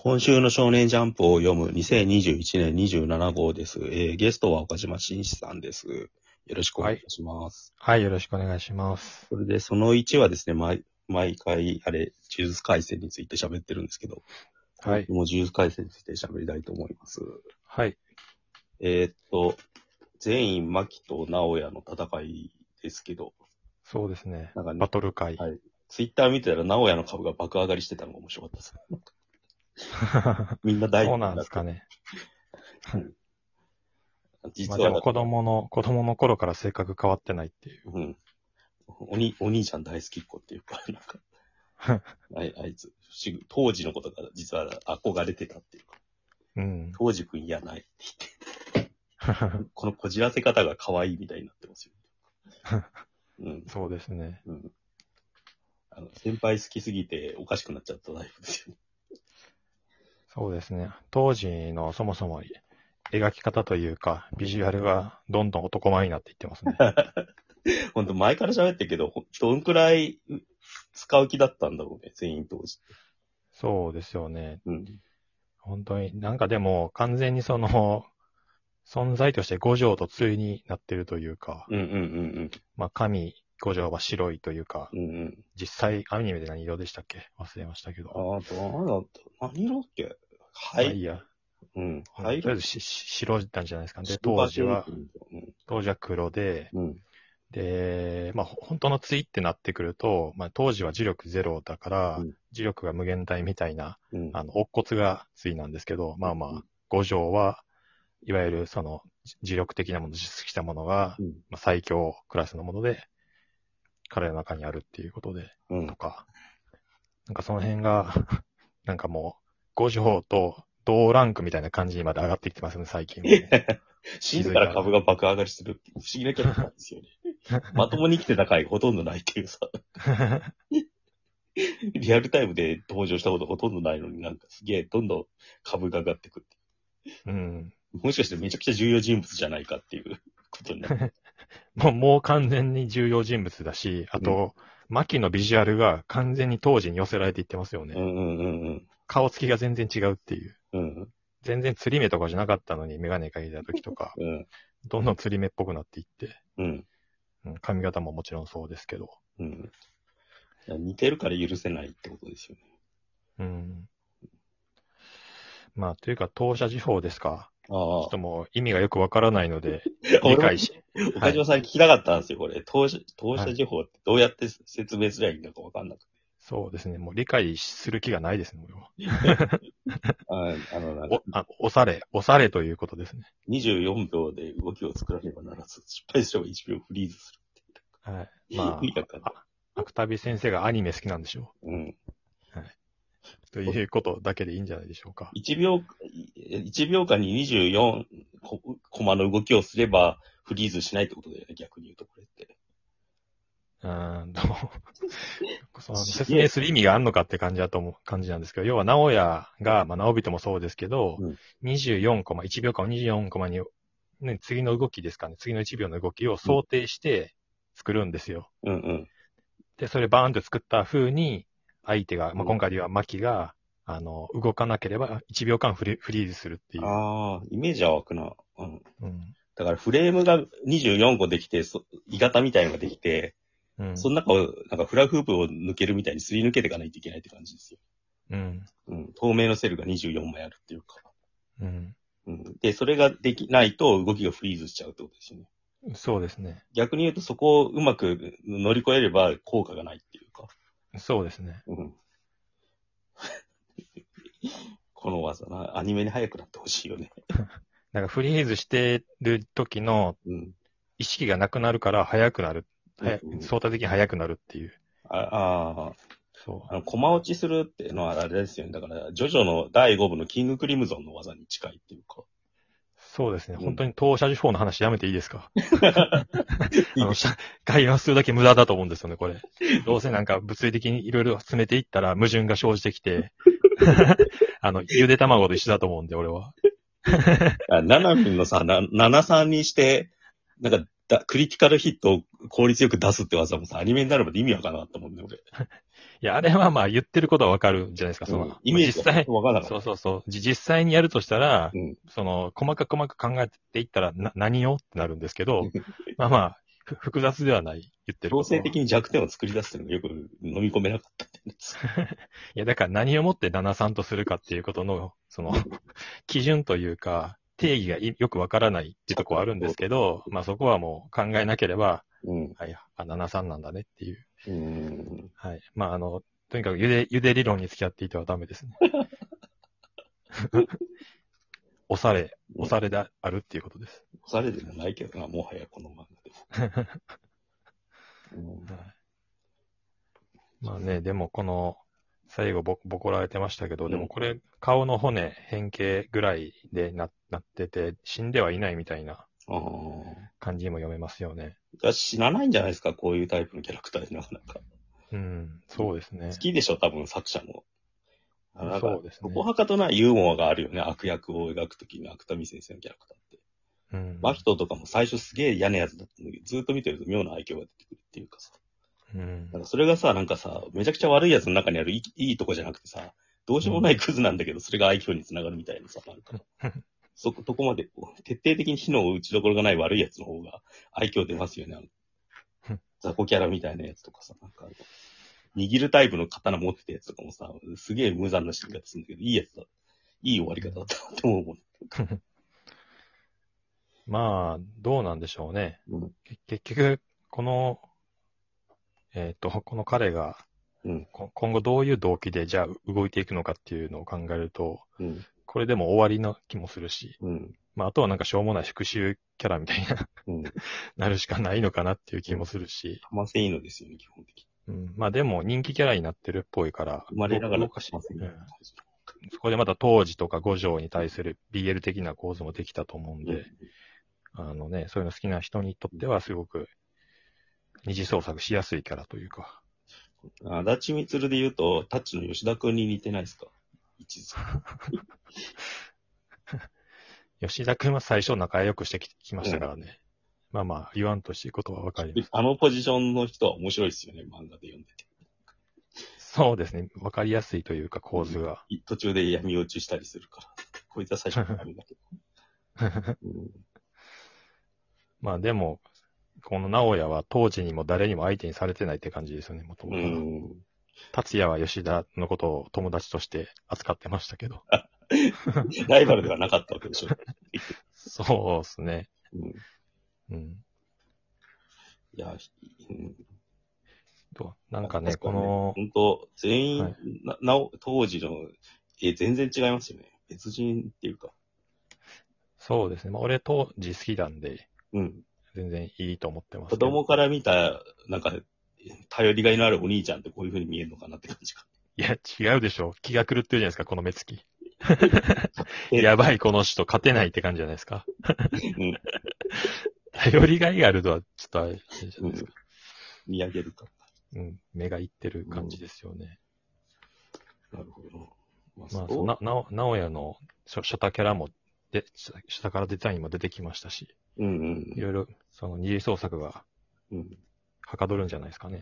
今週の少年ジャンプを読む2021年27号です。ゲストは岡島紳士さんです。よろしくお願いします。 はい、よろしくお願いします。 それで、その1はですね、毎回、呪術廻戦について喋ってるんですけど、 はい。 もう呪術廻戦について喋りたいと思います。 はい。 全員、牧と直哉の戦いですけど、 そうですね。 なんかね、 バトル会。 はい。ツイッター見てたら直哉の株が爆上がりしてたのが面白かったです。みんな大好きそうなんですかね。 実は、 でも子供の頃から性格変わってないっていう。 うん。お兄ちゃん大好きっ子っていうか、なんか、あいつ、当時のことが実は憧れてたっていうか、 うん。 当時くん嫌ないって言って、このこじらせ方が可愛いみたいになってますよ。うん。 そうですね。 うん。先輩好きすぎておかしくなっちゃったタイプですよね。 そうですね。当時のそもそも描き方というか、ビジュアルがどんどん男前になっていってますね。 ほんと前から喋ってるけど、どんくらい使う気だったんだろうね、全員当時。 そうですよね。 うん。 本当に、なんかでも完全に存在として五条と対になってるというか、 うんうんうんまあ神五条は白いというか、 うん。うんうん。 実際アニメで何色でしたっけ忘れましたけど。 どうだった？何色っけ？はまあいいや。 うん。 と灰色？ りあえず白なんじゃないですか。で、 シルバー系ですね。 当時は黒で、 うん。 で、まあ本当の対ってなってくると、まあ当時は磁力ゼロだから、 うん磁力が無限大みたいな、 うん。 乙骨が対なんですけど、まあまあ、五条はいわゆる磁力的なもの、実質したものが、 うんまあ、最強クラスのもので、彼の中にあるっていうことで、 うんとか、なんかその辺が、なんかもう、五条と同ランクみたいな感じにまで上がってきてますね、最近はもう。 死んでから株が爆上がりするっていう不思議なキャラクターですよね。まともに生きてた回ほとんどないっていうさ、リアルタイムで登場したことほとんどないのになんかすげえどんどん株が上がってくってうん。 もしかしてめちゃくちゃ重要人物じゃないかっていうことになる。 もう完全に重要人物だし、あと、牧のビジュアルが完全に当時に寄せられていってますよね。 うんうんうん顔つきが全然違うっていう。 うん。うん全然釣り目とかじゃなかったのにメガネかけた時とか、 うんどんどん釣り目っぽくなっていって、 うん髪型ももちろんそうですけど。 うん。いや似てるから許せないってことですよね。 うん。まあ、というか、当社時報ですか。ちょああ。 っともう意味がよくわからないので、 俺も理解し。 岡島さんに聞きたかったんですよ、これ。当社情報ってどうやって説明すればいいのかわかんなくて。 そうですね。もう理解する気がないですね、俺は。 なんか押されということですね。 24秒で動きを作らねばならず、失敗すれば1秒フリーズするっていう。 はい。ま意味わかんない。 あ、芥見先生がアニメ好きなんでしょうん。 う。はい。ということだけでいいんじゃないでしょうか。 1秒間に24コマの動きをすればフリーズしないってことだよね、逆に言うとこれって。 説明する意味があるのかって感じなんですけど、要は、直哉が、まあ、直人もそうですけど、 うん 24コマ、1秒間24コマに、ね、次の動きですかね、次の1秒の動きを想定して作るんですよ。 うんうん。 で、それバーンと作った風に、相手が、まあ、今回では牧が、動かなければ1秒間フリーズするっていう。 ああ、イメージは湧くな。うん。 うん。 だからフレームが24個できて、鋳型みたいなのができて、 うん。 その中を、なんかフラフープを抜けるみたいにすり抜けていかないといけないって感じですよ。 うん。 うん。透明のセルが24枚あるっていうか。 うん。 うん。で、それができないと動きがフリーズしちゃうってことですよね。 そうですね。 逆に言うとそこをうまく乗り越えれば効果がないっていうか。 そうですね。 うん。この技な、アニメに早くなってほしいよね。 なんかフリーズしてる時のうん。 意識がなくなるから速くなる。 うん相対的に速くなるっていう。そう。 コマ落ちするっていうのはあれですよね。だから、ジョジョの第5部のキングクリムゾンの技に近いっていうか。 そうですね。 うん本当に当社時報の話やめていいですか会話するだけ無駄だと思うんですよね、これ。どうせなんか物理的にいろいろ詰めていったら矛盾が生じてきて、ゆで卵と一緒だと思うんで、俺は。 ナナミンのさ、73にして、なんかクリティカルヒットを効率よく出すって技もさ、アニメになるまで意味わからなかったもんね、俺。 いや、あれはまあ言ってることはわかるじゃないですか、その、 イメージ実際、 わからなかった。 そうそうそう。実際にやるとしたら、 うん。 その、細かく考えていったら、何をってなるんですけど、まあまあ、複雑ではない、言ってる強ことは。 制的に弱点を作り出すっていうのがよく飲み込めなかったってやつ。 いや、だから何をもって73とするかっていうことの、その、基準というか、定義がよくわからないっていうところはあるんですけど、まあそこはもう考えなければ、 うん。 はい、73なんだねっていう。 うん。 はい。まあとにかくゆで理論に付き合っていてはダメですね。押されであるっていうことです。 押されてもないけどな、もはやこの漫画でも。うん、 はい、まあね、でもこの、最後ボコられてましたけど、でもこれ、顔の骨、変形ぐらいでなってて、死んではいないみたいな感じにも読めますよね。 じゃあ死なないんじゃないですか、こういうタイプのキャラクターでなかなか。 うん、そうですね。 好きでしょ、多分作者も。なんか、 そうですね。 ここはかとないユーモアがあるよね、悪役を描くときに芥見先生のキャラクターって。 うん。 真人とかも最初すげえ嫌なやつだったんだけど、ずっと見てると妙な愛嬌が出てくるっていうかさ。 うん。 なんかそれがさ、なんかさ、めちゃくちゃ悪いやつの中にあるいいとこじゃなくてさ、どうしようもないクズなんだけど、それが愛嬌につながるみたいなさ、なんか、そこまでこう、徹底的に火の打ちどころがない悪いやつの方が愛嬌出ますよね。雑魚キャラみたいなやつとかさ、なんか握るタイプの刀持ってたやつとかもさ、すげえ無残な死に方するんだけど、いいやつだ。いい終わり方だったなって思うもん。 まあ、どうなんでしょうね。 うん。 結局、この彼が、 うん。 今後どういう動機でじゃあ動いていくのかっていうのを考えると、 うん。 これでも終わりな気もするし、 うん。 まあ、あとはなんかしょうもない復讐キャラみたいなうん。 なるしかないのかなっていう気もするし、 ハマセイノですよね、基本的に。 うん、まあでも人気キャラになってるっぽいから、 生まれながら動かし、 ハマセイノ。 そこでまた当時とか五条に対する BL 的な構図もできたと思うんで、そういうの好きな人にとってはすごく二次創作しやすいキャラというか。 足立みつるで言うと、タッチの吉田くんに似てないですか？一途。 吉田くんは最初仲良くしてきましたからね。まあまあ、言わんとしていることはわかります。 あのポジションの人は面白いですよね、漫画で読んでて。 そうですね。わかりやすいというか構図が。 途中で闇落ちしたりするから。こいつは最初からダメだけど。 まあでも、この直哉は当時にも誰にも相手にされてないって感じですよね、もともと。達也は吉田のことを友達として扱ってましたけど。 ライバルではなかったわけでしょ。 そうですね。うん。 いや、 なんかね、この、 本当全員、当時の全然違いますよね。別人っていうか。 そうですね。まあ俺当時好きなんで、 うん。 全然いいと思ってます子供から見た、なんか、頼りがいのあるお兄ちゃんってこういう風に見えるのかなって感じか。 いや、違うでしょ。気が狂ってるじゃないですか、この目つき。やばい、この人勝てないって感じじゃないですか。 うん。 頼りがいがあるとは、ちょっとあれじゃないですか。 見上げるか。 うん、目がいってる感じですよね。 なるほど。 まあ、直哉の初太キャラも、初太からデザインも出てきましたし、いろいろ、その二次創作が、はかどるんじゃないですかね。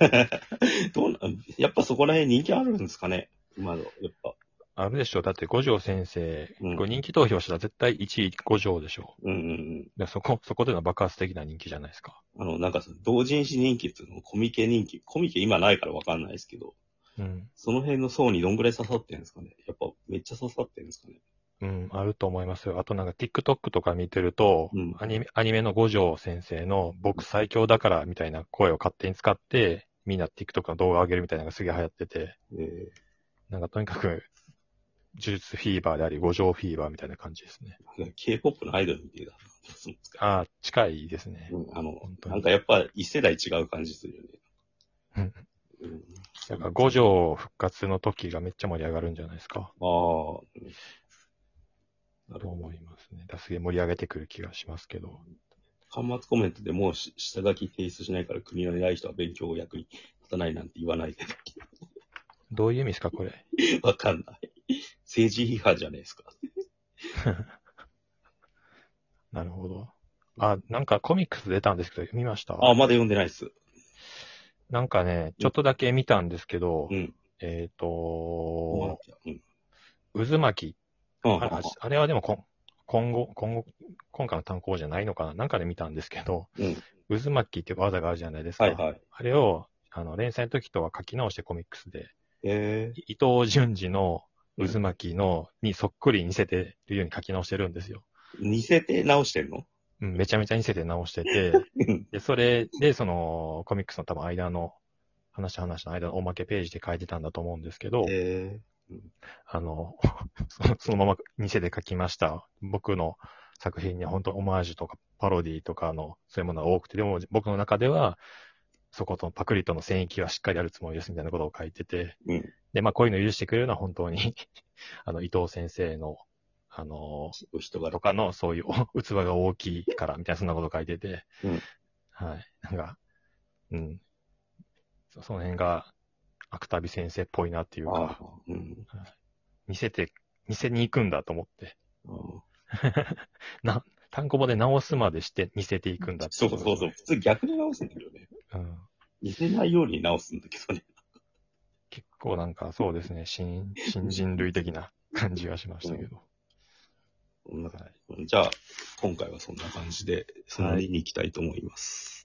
やっぱそこら辺人気あるんですかね今の、やっぱ。 あるでしょう。だって五条先生、人気投票したら絶対1位五条でしょう。そこでの爆発的な人気じゃないですか。 なんか同人誌人気っていうのコミケ人気。コミケ今ないからわかんないですけど、その辺の層にどんぐらい刺さってるんですかね。やっぱめっちゃ刺さってるんですかね。 うん、あると思いますよ。あとなんか TikTok とか見てると、アニメの五条先生の僕最強だからみたいな声を勝手に使って、みんな TikTok の動画上げるみたいなのがすげえ流行ってて、なんかとにかく、呪術フィーバーであり、五条フィーバーみたいな感じですね。 K-POP のアイドルみたいだ。 ああ、近いですね。 なんかやっぱ一世代違う感じするよね。 だから五条復活の時がめっちゃ盛り上がるんじゃないですか。と思いますね。すげえ盛り上げてくる気がしますけど。 端末コメントでもう下書き提出しないから国の偉い人は勉強を役に立たないなんて言わないで。 どういう意味ですか、これ。 わかんない。政治批判じゃないですか。 なるほど。 なんかコミックス出たんですけど、見ました？ あ、まだ読んでないっす。 なんかね、ちょっとだけ見たんですけど、 うん。思わなきゃ。うん。 渦巻き。 うん。 あれはでも今回の単行じゃないのかななんかで見たんですけど、 うん。 渦巻きっていう技があるじゃないですか。 はいはい。 あれを、連載の時とは書き直してコミックスで、 え伊藤淳二のうん。 渦巻きにそっくり似せてるように書き直してるんですよ。 似せて直してんの？ うん、めちゃめちゃ似せて直してて、 うん。 で、それで、コミックスの多分話の間のおまけページで書いてたんだと思うんですけど、 うん。 あの、そのまま似せて書きました。僕の作品には本当オマージュとかパロディとかそういうものが多くて、でも僕の中では、そことパクリとの線域はしっかりあるつもりですみたいなことを書いてて、 うん。 で、まあこういうのを許してくれるのは本当に伊藤先生の、 お人柄。 とかのそういう器が大きいからみたいなそんなことを書いてて、 うん。 はい。なんか、うん。その辺が、芥見先生っぽいなっていうああ、 か、 うん。 はい似せに行くんだと思って。 うん。 単行本で直すまでして似せていくんだっていうのがすごい。 そうそうそう。普通逆に直すんだけどね。 うん。 似せないように直すんだけどね。 結構なんかそうですね、新人類的な感じがしましうん。 たけど。 こんなはい。 じゃあ、今回はそんな感じで、そのはい。 2に行きたいと思います。